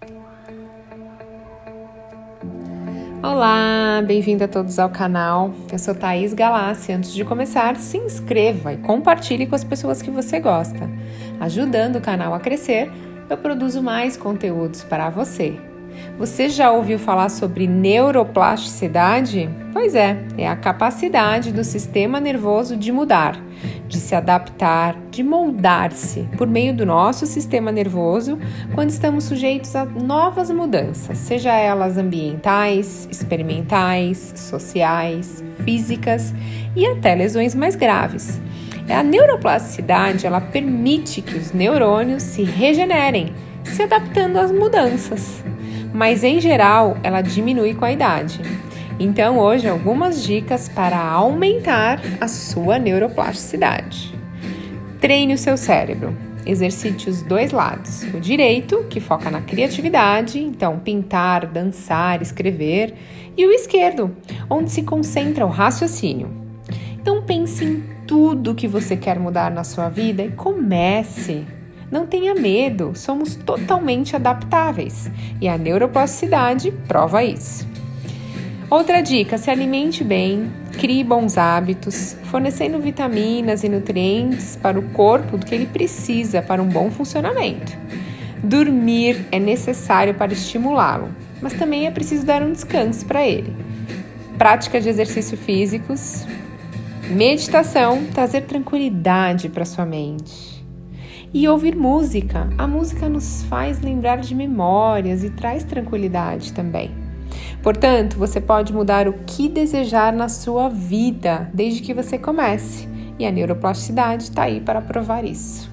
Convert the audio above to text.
Olá, bem-vindo a todos ao canal. Eu sou Thaís Galassi. Antes de começar, se inscreva e compartilhe com as pessoas que você gosta. Ajudando o canal a crescer, eu produzo mais conteúdos para você. Você já ouviu falar sobre neuroplasticidade? Pois é a capacidade do sistema nervoso de mudar, de se adaptar, de moldar-se por meio do nosso sistema nervoso quando estamos sujeitos a novas mudanças, seja elas ambientais, experimentais, sociais, físicas e até lesões mais graves. A neuroplasticidade, ela permite que os neurônios se regenerem, se adaptando às mudanças. Mas, em geral, ela diminui com a idade. Então, hoje, algumas dicas para aumentar a sua neuroplasticidade. Treine o seu cérebro. Exercite os dois lados. O direito, que foca na criatividade, então pintar, dançar, escrever. E o esquerdo, onde se concentra o raciocínio. Então, pense em tudo que você quer mudar na sua vida e comece. Não tenha medo, somos totalmente adaptáveis e a neuroplasticidade prova isso. Outra dica, se alimente bem, crie bons hábitos, fornecendo vitaminas e nutrientes para o corpo do que ele precisa para um bom funcionamento. Dormir é necessário para estimulá-lo, mas também é preciso dar um descanso para ele. Prática de exercícios físicos, meditação, trazer tranquilidade para sua mente. E ouvir música. A música nos faz lembrar de memórias e traz tranquilidade também. Portanto, você pode mudar o que desejar na sua vida, desde que você comece. E a neuroplasticidade está aí para provar isso.